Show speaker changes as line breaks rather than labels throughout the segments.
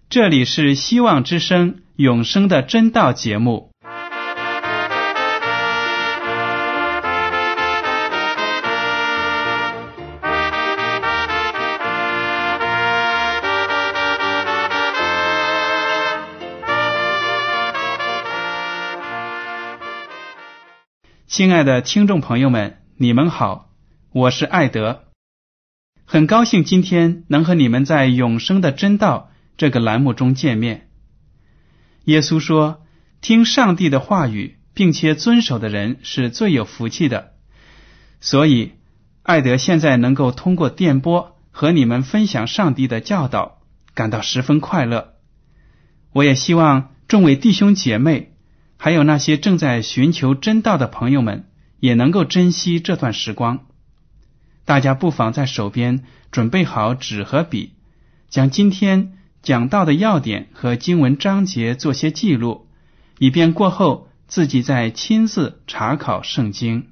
这里是希望之声永生的真道节目。亲爱的听众朋友们，你们好，我是艾德，很高兴今天能和你们在永生的真道这个栏目中见面。耶稣说，听上帝的话语并且遵守的人是最有福气的，所以艾德现在能够通过电波和你们分享上帝的教导，感到十分快乐。我也希望众位弟兄姐妹还有那些正在寻求真道的朋友们也能够珍惜这段时光。大家不妨在手边准备好纸和笔，将今天讲到的要点和经文章节做些记录，以便过后自己再亲自查考圣经。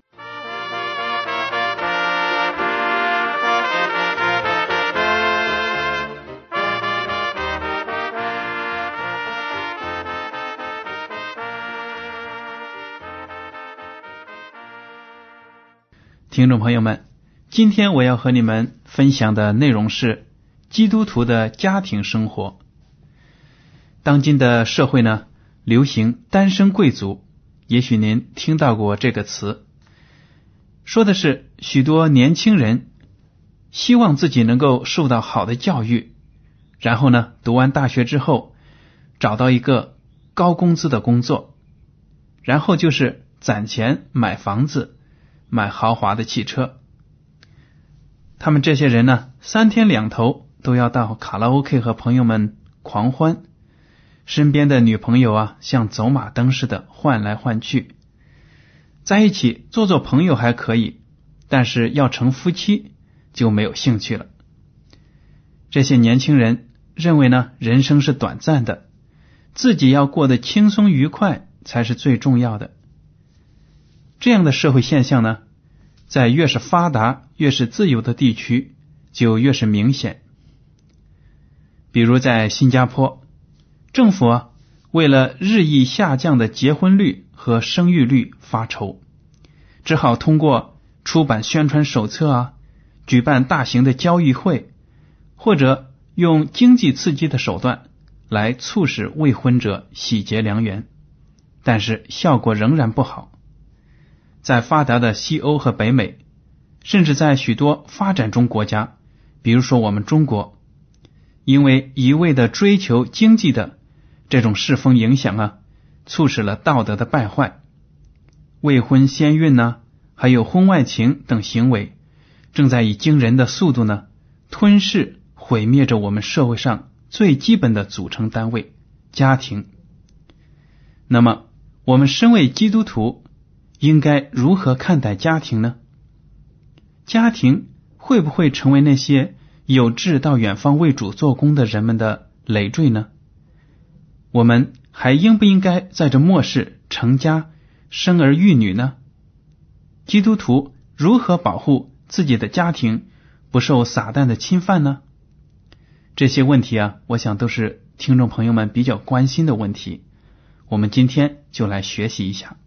听众朋友们，今天我要和你们分享的内容是基督徒的家庭生活。当今的社会呢，流行单身贵族，也许您听到过这个词，说的是许多年轻人希望自己能够受到好的教育，然后呢，读完大学之后找到一个高工资的工作，然后就是攒钱买房子，买豪华的汽车。他们这些人呢，3天2头都要到卡拉 OK 和朋友们狂欢，身边的女朋友啊，像走马灯似的换来换去，在一起做做朋友还可以，但是要成夫妻就没有兴趣了。这些年轻人认为呢，人生是短暂的，自己要过得轻松愉快才是最重要的。这样的社会现象呢，在越是发达越是自由的地区就越是明显。比如在新加坡，政府为了日益下降的结婚率和生育率发愁，只好通过出版宣传手册举办大型的交易会，或者用经济刺激的手段来促使未婚者喜结良缘，但是效果仍然不好。在发达的西欧和北美，甚至在许多发展中国家，比如说我们中国，因为一味的追求经济的这种世风影响促使了道德的败坏，未婚先孕还有婚外情等行为，正在以惊人的速度吞噬毁灭着我们社会上最基本的组成单位——家庭。那么我们身为基督徒应该如何看待家庭呢？家庭会不会成为那些有志到远方为主做工的人们的累赘呢？我们还应不应该在这末世成家生儿育女呢？基督徒如何保护自己的家庭不受撒旦的侵犯呢？这些问题我想都是听众朋友们比较关心的问题，我们今天就来学习一下。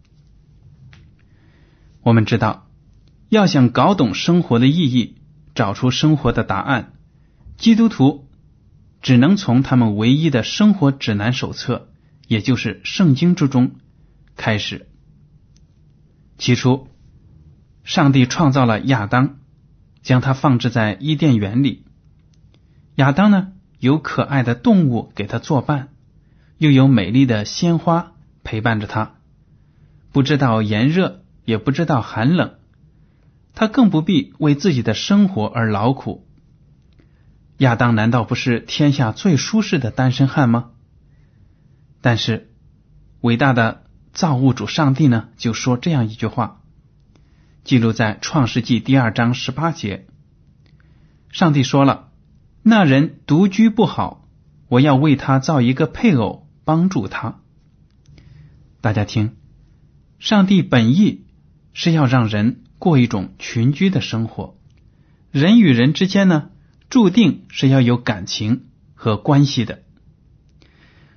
我们知道，要想搞懂生活的意义，找出生活的答案，基督徒只能从他们唯一的生活指南手册，也就是圣经之中开始。起初，上帝创造了亚当，将他放置在伊甸园里。亚当呢，有可爱的动物给他作伴，又有美丽的鲜花陪伴着他，不知道炎热，也不知道寒冷，他更不必为自己的生活而劳苦。亚当难道不是天下最舒适的单身汉吗？但是伟大的造物主上帝呢，就说这样一句话，记录在创世纪2章18节。上帝说了，那人独居不好，我要为他造一个配偶帮助他。大家听，上帝本意是要让人过一种群居的生活，人与人之间呢，注定是要有感情和关系的。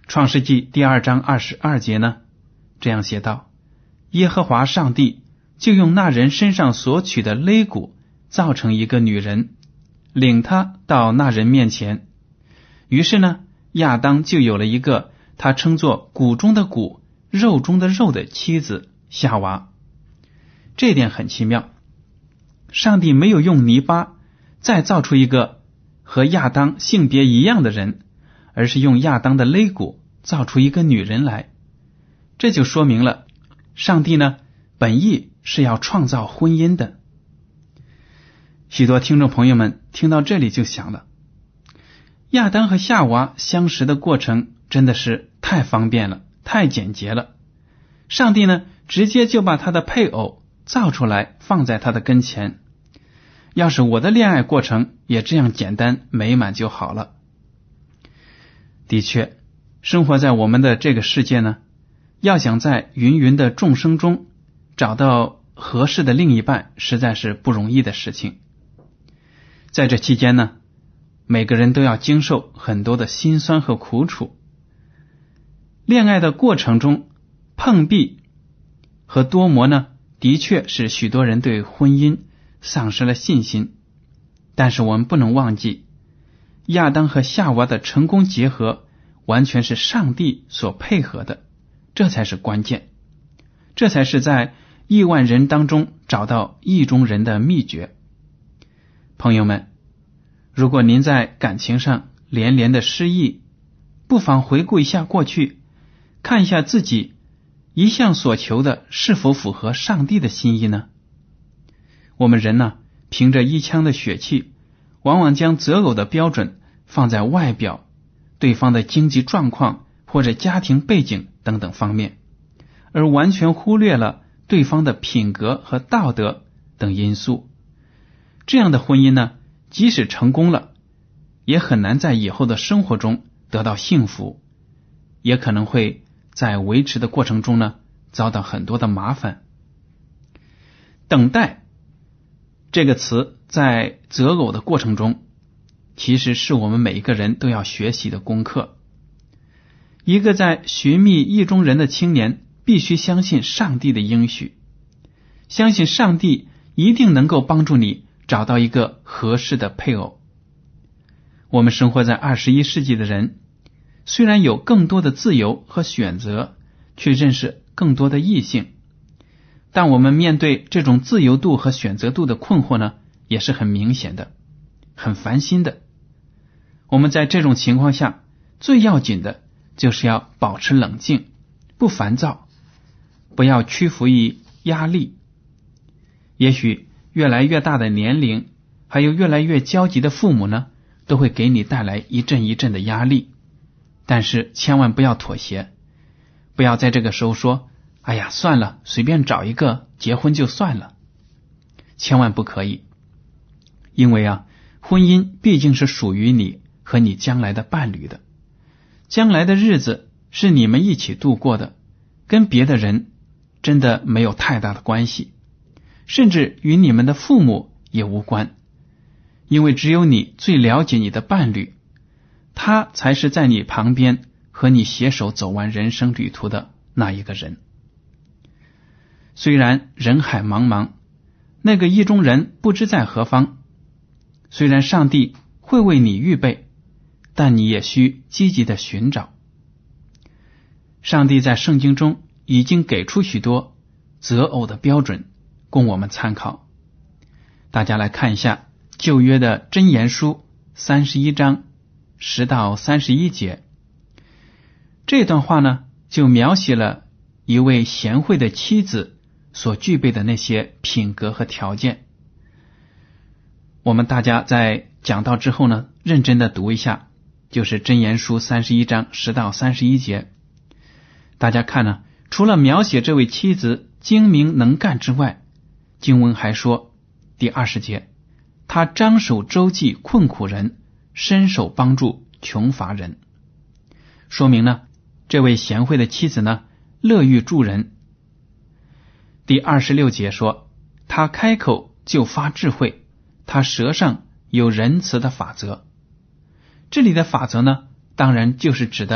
创世纪第2章22节呢，这样写道：耶和华上帝就用那人身上所取的肋骨造成一个女人，领他到那人面前。于是呢，亚当就有了一个他称作骨中的骨、肉中的肉的妻子夏娃。这一点很奇妙，上帝没有用泥巴再造出一个和亚当性别一样的人，而是用亚当的肋骨造出一个女人来。这就说明了上帝呢，本意是要创造婚姻的。许多听众朋友们听到这里就想了，亚当和夏娃相识的过程真的是太方便了，太简洁了。上帝呢，直接就把他的配偶造出来放在他的跟前。要是我的恋爱过程也这样简单美满就好了。的确，生活在我们的这个世界呢，要想在芸芸的众生中找到合适的另一半，实在是不容易的事情。在这期间呢，每个人都要经受很多的辛酸和苦楚。恋爱的过程中，碰壁和多磨呢，的确是许多人对婚姻丧失了信心。但是我们不能忘记，亚当和夏娃的成功结合完全是上帝所配合的，这才是关键，这才是在亿万人当中找到意中人的秘诀。朋友们，如果您在感情上连连的失意，不妨回顾一下过去，看一下自己一向所求的是否符合上帝的心意呢？我们人呢，凭着一腔的血气，往往将择偶的标准放在外表、对方的经济状况或者家庭背景等等方面，而完全忽略了对方的品格和道德等因素。这样的婚姻呢，即使成功了，也很难在以后的生活中得到幸福，也可能会在维持的过程中呢，遭到很多的麻烦。等待这个词在择偶的过程中，其实是我们每一个人都要学习的功课。一个在寻觅意中人的青年，必须相信上帝的应许，相信上帝一定能够帮助你找到一个合适的配偶。我们生活在21世纪的人，虽然有更多的自由和选择，去认识更多的异性，但我们面对这种自由度和选择度的困惑呢，也是很明显的，很烦心的。我们在这种情况下，最要紧的就是要保持冷静，不烦躁，不要屈服于压力。也许越来越大的年龄，还有越来越焦急的父母呢，都会给你带来一阵一阵的压力。但是千万不要妥协，不要在这个时候说，哎呀，算了，随便找一个结婚就算了。千万不可以。因为婚姻毕竟是属于你和你将来的伴侣的，将来的日子是你们一起度过的，跟别的人真的没有太大的关系，甚至与你们的父母也无关。因为只有你最了解你的伴侣，他才是在你旁边和你携手走完人生旅途的那一个人。虽然人海茫茫，那个意中人不知在何方，虽然上帝会为你预备，但你也需积极的寻找。上帝在圣经中已经给出许多择偶的标准供我们参考。大家来看一下旧约的箴言书31章10到31节。这段话呢，就描写了一位贤惠的妻子所具备的那些品格和条件。我们大家在讲到之后呢，认真的读一下，就是箴言书31章10到31节。大家看呢，除了描写这位妻子精明能干之外，经文还说第20节，他张手周济困苦人，伸手帮助穷乏人。说明呢，这位贤惠的妻子呢，乐于助人。第26节说，他开口就发智慧，他舌上有仁慈的法则。这里的法则呢，当然就是指的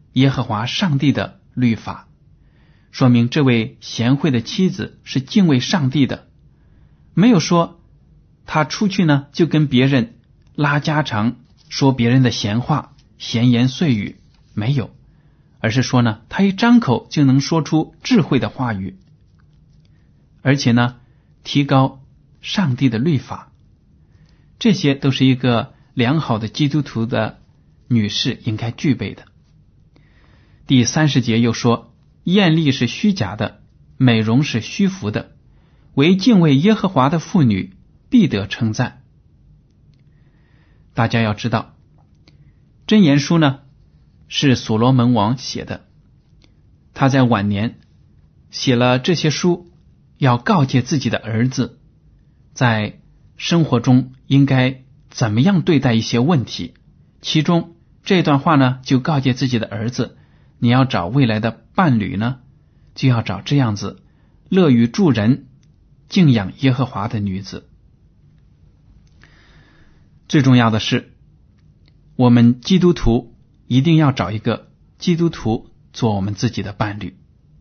耶和华上帝的律法，说明这位贤惠的妻子是敬畏上帝的，没有说他出去呢就跟别人拉家常，说别人的闲话，闲言碎语，没有，而是说呢他一张口就能说出智慧的话语，而且呢提高上帝的律法，这些都是一个良好的基督徒的女士应该具备的。第30节又说，艳丽是虚假的，美容是虚浮的，唯敬畏耶和华的妇女必得称赞。大家要知道，箴言书呢是所罗门王写的，他在晚年写了这些书，要告诫自己的儿子在生活中应该怎么样对待一些问题，其中这段话呢就告诫自己的儿子，你要找未来的伴侣呢，就要找这样子乐于助人、敬仰耶和华的女子。最重要的是，我们基督徒一定要找一个基督徒做我们自己的伴侣。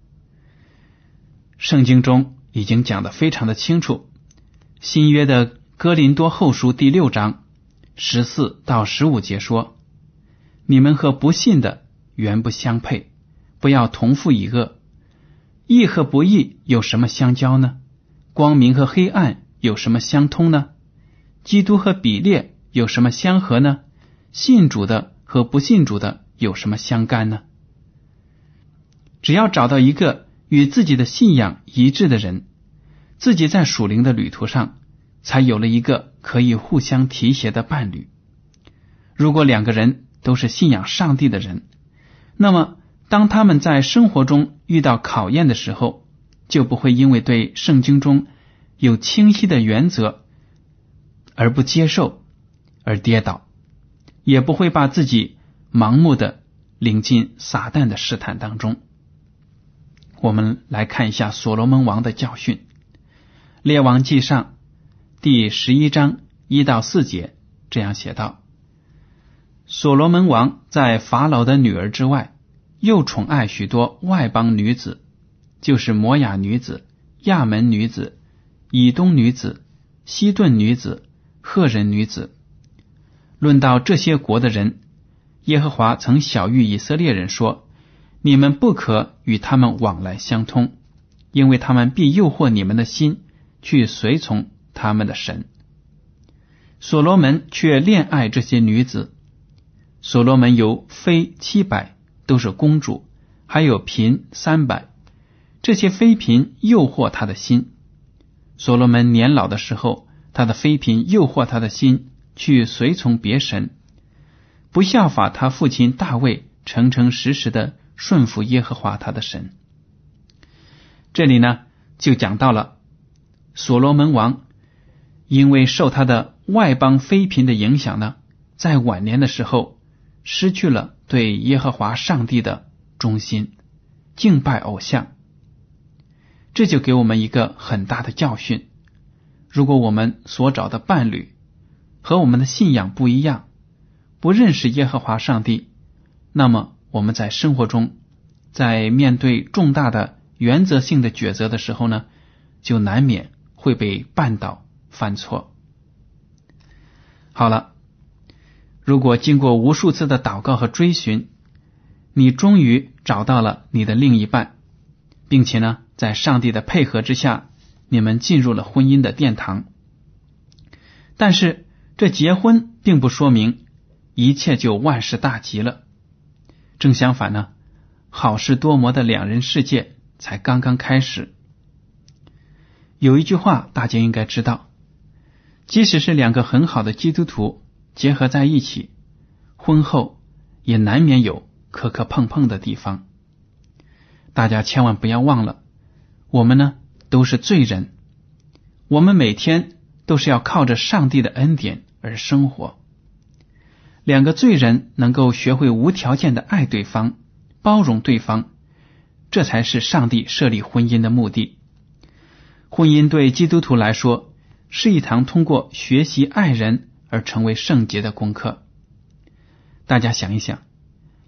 圣经中已经讲得非常的清楚，新约的哥林多后书第6章14到15节说，你们和不信的原不相配，不要同负一恶。义和不义有什么相交呢？光明和黑暗有什么相通呢？基督和比列有什么相合呢？信主的和不信主的有什么相干呢？只要找到一个与自己的信仰一致的人，自己在属灵的旅途上才有了一个可以互相提携的伴侣。如果两个人都是信仰上帝的人，那么当他们在生活中遇到考验的时候，就不会因为对圣经中有清晰的原则而不接受而跌倒，也不会把自己盲目的领进撒旦的试探当中。我们来看一下所罗门王的教训。列王记上第11章1到4节这样写道，所罗门王在法老的女儿之外，又宠爱许多外邦女子，就是摩亚女子、亚门女子、以东女子、西顿女子、赫人女子。论到这些国的人，耶和华曾晓谕以色列人说，你们不可与他们往来相通，因为他们必诱惑你们的心，去随从他们的神。所罗门却恋爱这些女子，所罗门有妃700，都是公主，还有嫔300，这些妃嫔诱惑他的心。所罗门年老的时候，他的妃嫔诱惑他的心，去随从别神，不效法他父亲大卫，诚诚实实的顺服耶和华他的神。这里呢就讲到了所罗门王因为受他的外邦妃嫔的影响呢，在晚年的时候失去了对耶和华上帝的忠心，敬拜偶像。这就给我们一个很大的教训，如果我们所找的伴侣和我们的信仰不一样，不认识耶和华上帝，那么我们在生活中，在面对重大的原则性的抉择的时候呢，就难免会被绊倒犯错。好了，如果经过无数次的祷告和追寻，你终于找到了你的另一半，并且呢，在上帝的配合之下，你们进入了婚姻的殿堂。但是这结婚并不说明一切就万事大吉了，正相反呢，好事多磨的两人世界才刚刚开始。有一句话大家应该知道，即使是两个很好的基督徒结合在一起，婚后也难免有磕磕碰碰的地方。大家千万不要忘了，我们呢都是罪人，我们每天都是要靠着上帝的恩典而生活。两个罪人能够学会无条件的爱对方，包容对方，这才是上帝设立婚姻的目的。婚姻对基督徒来说是一堂通过学习爱人而成为圣洁的功课。大家想一想，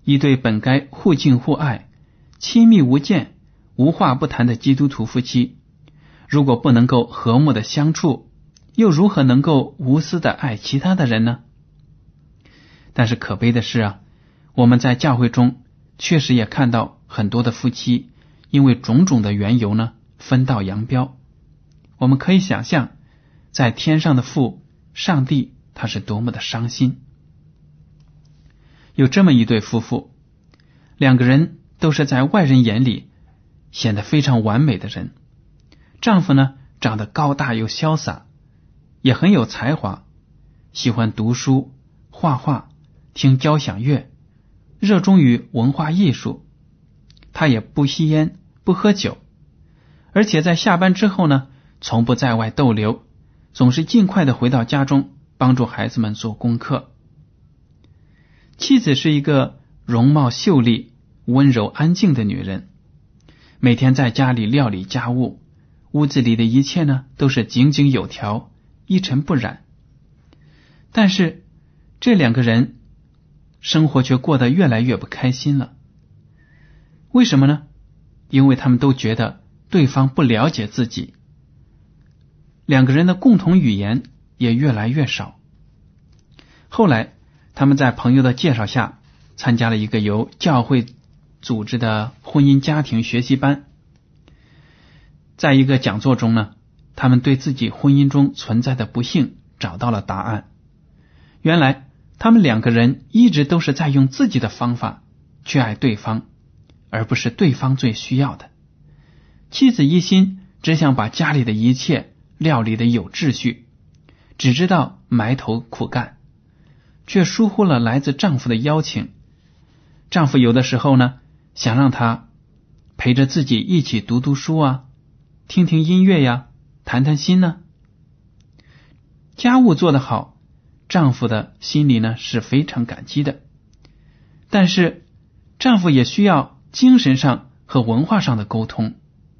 一对本该互敬互爱、亲密无间、无话不谈的基督徒夫妻，如果不能够和睦的相处，又如何能够无私的爱其他的人呢？但是可悲的是啊，我们在教会中确实也看到很多的夫妻因为种种的缘由呢，分道扬镳。我们可以想象，在天上的父上帝他是多么的伤心。有这么一对夫妇，两个人都是在外人眼里显得非常完美的人。丈夫呢，长得高大又潇洒，也很有才华，喜欢读书、画画、听交响乐，热衷于文化艺术。他也不吸烟，不喝酒，而且在下班之后呢，从不在外逗留，总是尽快的回到家中，帮助孩子们做功课。妻子是一个容貌秀丽、温柔安静的女人，每天在家里料理家务，屋子里的一切呢都是井井有条，一尘不染。但是这两个人生活却过得越来越不开心了。为什么呢？因为他们都觉得对方不了解自己，两个人的共同语言也越来越少。后来他们在朋友的介绍下参加了一个由教会组织的婚姻家庭学习班。在一个讲座中呢，他们对自己婚姻中存在的不幸找到了答案。原来他们两个人一直都是在用自己的方法去爱对方，而不是对方最需要的。妻子一心只想把家里的一切料理得有秩序，只知道埋头苦干，却疏忽了来自丈夫的邀请。丈夫有的时候呢，想让她陪着自己一起读读书啊，听听音乐呀，谈谈心呢。家务做得好，丈夫的心里呢是非常感激的，但是丈夫也需要精神上和文化上的沟通。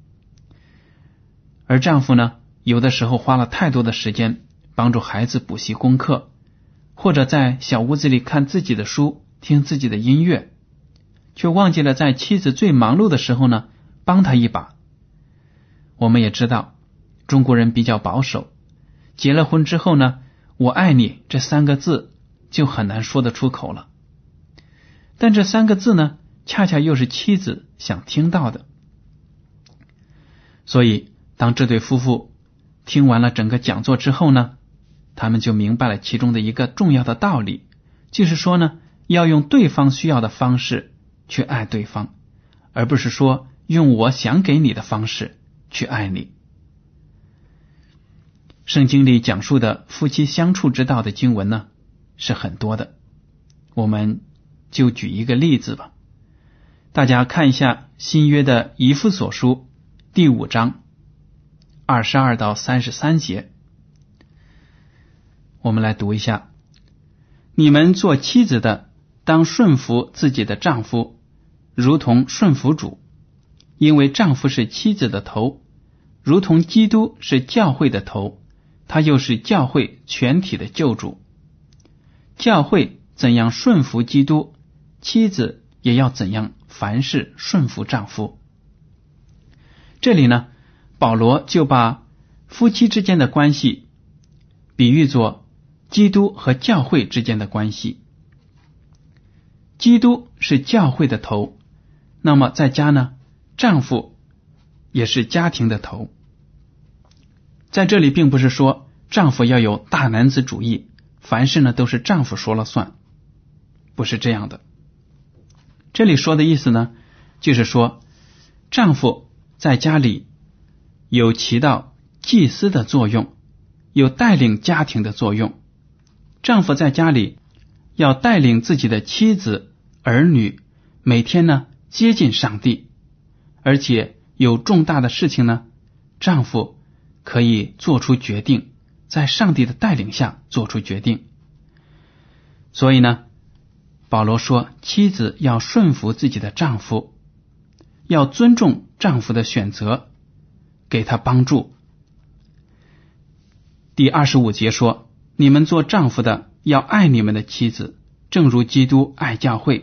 而丈夫呢，有的时候花了太多的时间帮助孩子补习功课，或者在小屋子里看自己的书，听自己的音乐，却忘记了在妻子最忙碌的时候呢，帮她一把。我们也知道，中国人比较保守，结了婚之后呢，我爱你这三个字就很难说得出口了。但这三个字呢，恰恰又是妻子想听到的。所以当这对夫妇听完了整个讲座之后呢，他们就明白了其中的一个重要的道理，就是说呢，要用对方需要的方式去爱对方，而不是说用我想给你的方式去爱你。圣经里讲述的夫妻相处之道的经文呢，是很多的，我们就举一个例子吧。大家看一下新约的以弗所书第5章22到33节，我们来读一下。你们做妻子的，当顺服自己的丈夫，如同顺服主，因为丈夫是妻子的头，如同基督是教会的头，他又是教会全体的救主。教会怎样顺服基督，妻子也要怎样凡事顺服丈夫。这里呢，保罗就把夫妻之间的关系比喻作基督和教会之间的关系。基督是教会的头，那么在家呢，丈夫也是家庭的头。在这里并不是说丈夫要有大男子主义，凡事呢都是丈夫说了算，不是这样的。这里说的意思呢，就是说丈夫在家里有起到祭司的作用，有带领家庭的作用。丈夫在家里要带领自己的妻子、儿女，每天呢接近上帝，而且有重大的事情呢，丈夫可以做出决定，在上帝的带领下做出决定。所以呢，保罗说，妻子要顺服自己的丈夫，要尊重丈夫的选择，给他帮助。第25节说，你们做丈夫的要爱你们的妻子，正如基督爱教会，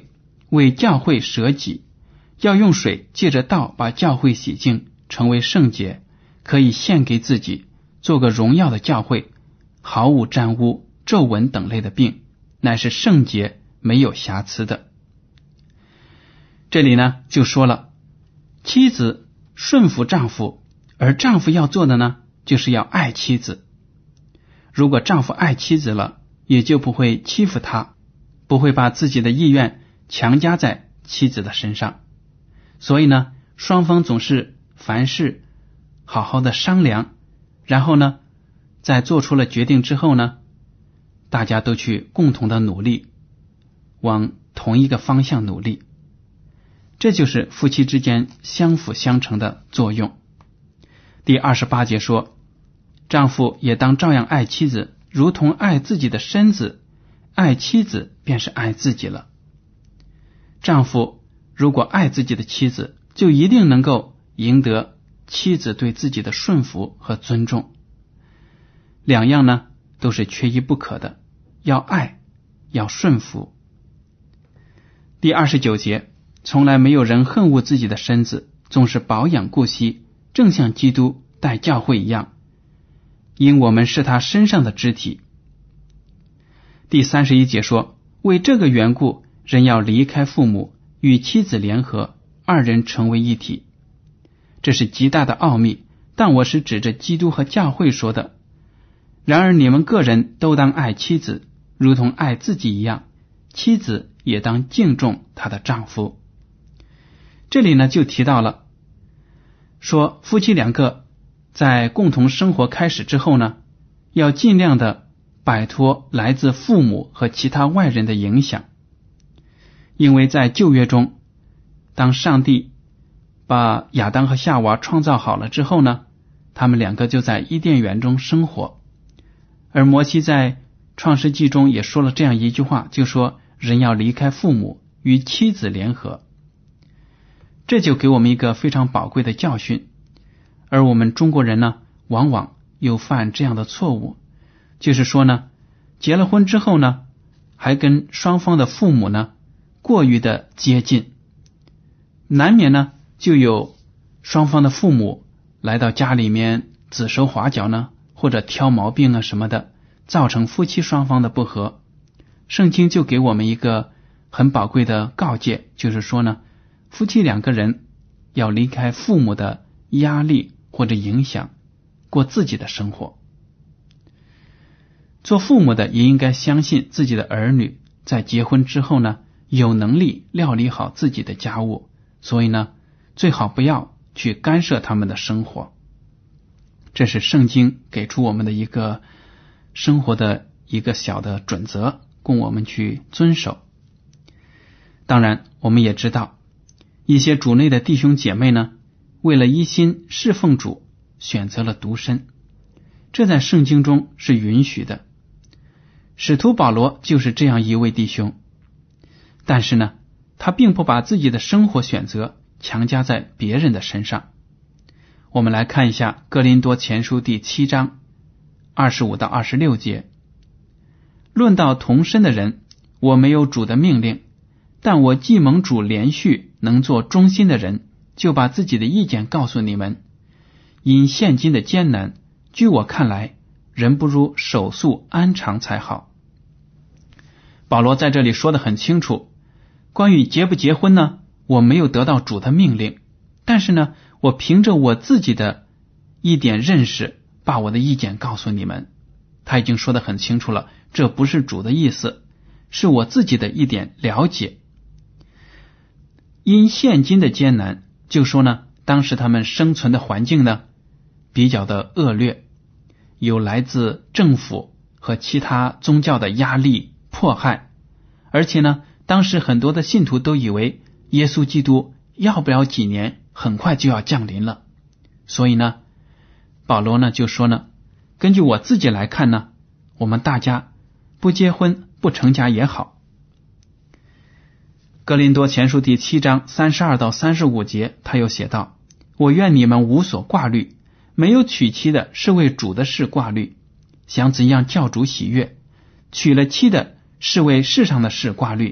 为教会舍己，要用水借着道把教会洗净，成为圣洁，可以献给自己，做个荣耀的教会，毫无沾污、皱纹等类的病，乃是圣洁没有瑕疵的。这里呢就说了，妻子顺服丈夫，而丈夫要做的呢就是要爱妻子。如果丈夫爱妻子了，也就不会欺负她，不会把自己的意愿强加在妻子的身上。所以呢，双方总是凡事好好的商量，然后呢在做出了决定之后呢，大家都去共同的努力，往同一个方向努力，这就是夫妻之间相辅相成的作用。第28节说，丈夫也当照样爱妻子，如同爱自己的身子，爱妻子便是爱自己了。丈夫如果爱自己的妻子，就一定能够赢得妻子对自己的顺服和尊重。两样呢都是缺一不可的，要爱，要顺服。第29节，从来没有人恨恶自己的身子，总是保养顾惜，正像基督待教会一样，因我们是他身上的肢体。第31节说，为这个缘故，人要离开父母，与妻子联合，二人成为一体。这是极大的奥秘，但我是指着基督和教会说的。然而你们个人都当爱妻子，如同爱自己一样，妻子也当敬重她的丈夫。这里呢就提到了，说夫妻两个在共同生活开始之后呢，要尽量的摆脱来自父母和其他外人的影响。因为在旧约中，当上帝把亚当和夏娃创造好了之后呢，他们两个就在伊甸园中生活。而摩西在创世纪中也说了这样一句话，就说人要离开父母，与妻子联合。这就给我们一个非常宝贵的教训。而我们中国人呢，往往又犯这样的错误，就是说呢，结了婚之后呢，还跟双方的父母呢过于的接近，难免呢就有双方的父母来到家里面指手画脚呢，或者挑毛病啊什么的，造成夫妻双方的不和。圣经就给我们一个很宝贵的告诫，就是说呢，夫妻两个人要离开父母的压力或者影响，过自己的生活。做父母的也应该相信自己的儿女在结婚之后呢，有能力料理好自己的家务，所以呢，最好不要去干涉他们的生活。这是圣经给出我们的一个生活的一个小的准则，供我们去遵守。当然我们也知道，一些主内的弟兄姐妹呢，为了一心侍奉主，选择了独身，这在圣经中是允许的。使徒保罗就是这样一位弟兄，但是呢，他并不把自己的生活选择强加在别人的身上。我们来看一下哥林多前书第7章25到26节。论到同身的人，我没有主的命令，但我既蒙主连续能做忠心的人，就把自己的意见告诉你们。因现今的艰难，据我看来，人不如守素安常才好。保罗在这里说得很清楚，关于结不结婚呢，我没有得到主的命令，但是呢，我凭着我自己的一点认识，把我的意见告诉你们。他已经说得很清楚了，这不是主的意思，是我自己的一点了解。因现今的艰难，就说呢，当时他们生存的环境呢比较的恶劣，有来自政府和其他宗教的压力迫害，而且呢，当时很多的信徒都以为耶稣基督要不了几年很快就要降临了。所以呢，保罗呢就说呢，根据我自己来看呢，我们大家不结婚不成家也好。哥林多前书第7章32到35节，他又写道，我愿你们无所挂虑，没有娶妻的是为主的事挂虑，想怎样叫主喜悦；娶了妻的是为世上的事挂虑，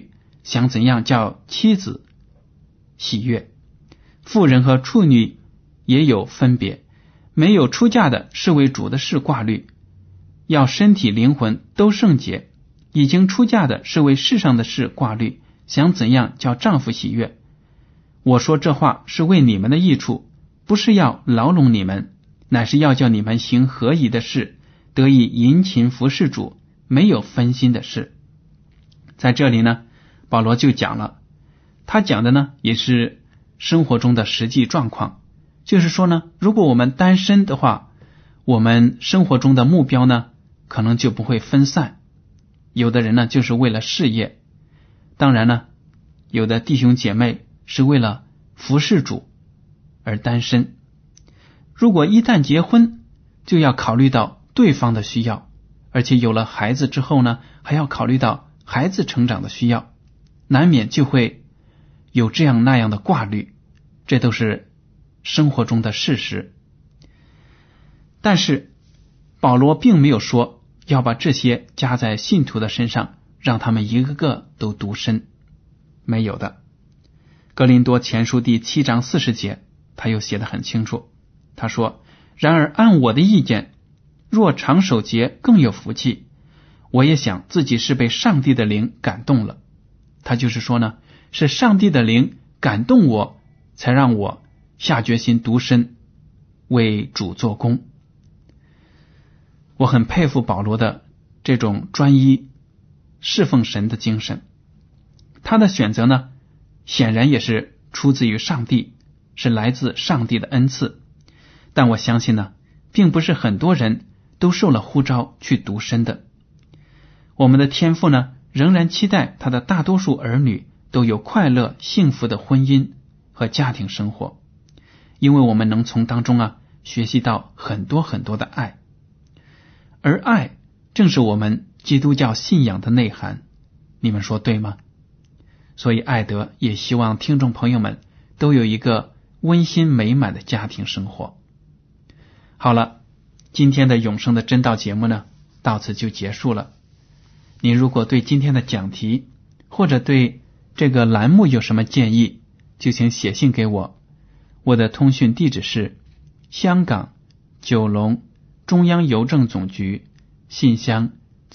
想怎样叫妻子喜悦。妇人和处女也有分别，没有出嫁的是为主的事挂虑，要身体灵魂都圣洁；已经出嫁的是为世上的事挂虑，想怎样叫丈夫喜悦。我说这话是为你们的益处，不是要牢笼你们，乃是要叫你们行合宜的事，得以殷勤服侍主，没有分心的事。在这里呢，保罗就讲了，他讲的呢也是生活中的实际状况，就是说呢，如果我们单身的话，我们生活中的目标呢可能就不会分散。有的人呢就是为了事业，当然呢，有的弟兄姐妹是为了服侍主而单身。如果一旦结婚，就要考虑到对方的需要，而且有了孩子之后呢，还要考虑到孩子成长的需要，难免就会有这样那样的挂虑，这都是生活中的事实。但是保罗并没有说要把这些加在信徒的身上，让他们一个个都独身，没有的。哥林多前书第7章40节他又写得很清楚，他说，然而按我的意见，若常守节更有福气。我也想自己是被上帝的灵感动了，他就是说呢，是上帝的灵感动我，才让我下决心独身为主做工。我很佩服保罗的这种专一侍奉神的精神，他的选择呢显然也是出自于上帝，是来自上帝的恩赐。但我相信呢，并不是很多人都受了呼召去独身的。我们的天父呢，仍然期待他的大多数儿女都有快乐幸福的婚姻和家庭生活，因为我们能从当中学习到很多很多的爱，而爱正是我们基督教信仰的内涵，你们说对吗？所以艾德也希望听众朋友们都有一个温馨美满的家庭生活。好了，今天的永生的真道节目呢，到此就结束了。您如果对今天的讲题或者对这个栏目有什么建议，就请写信给我。我的通讯地址是香港九龙中央邮政总局信箱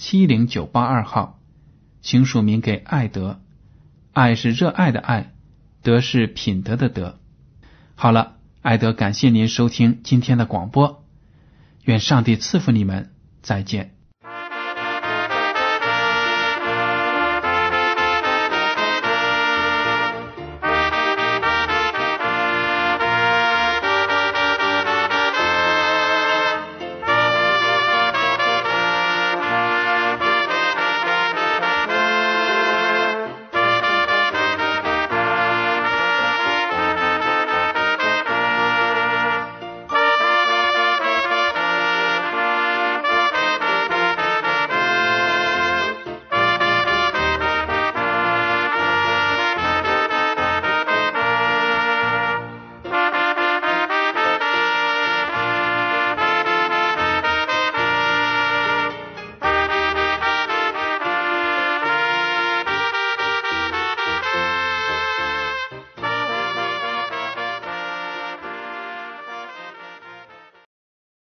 70982号，请署名给爱德。爱是热爱的爱，德是品德的德。好了，爱德感谢您收听今天的广播，愿上帝赐福你们，再见。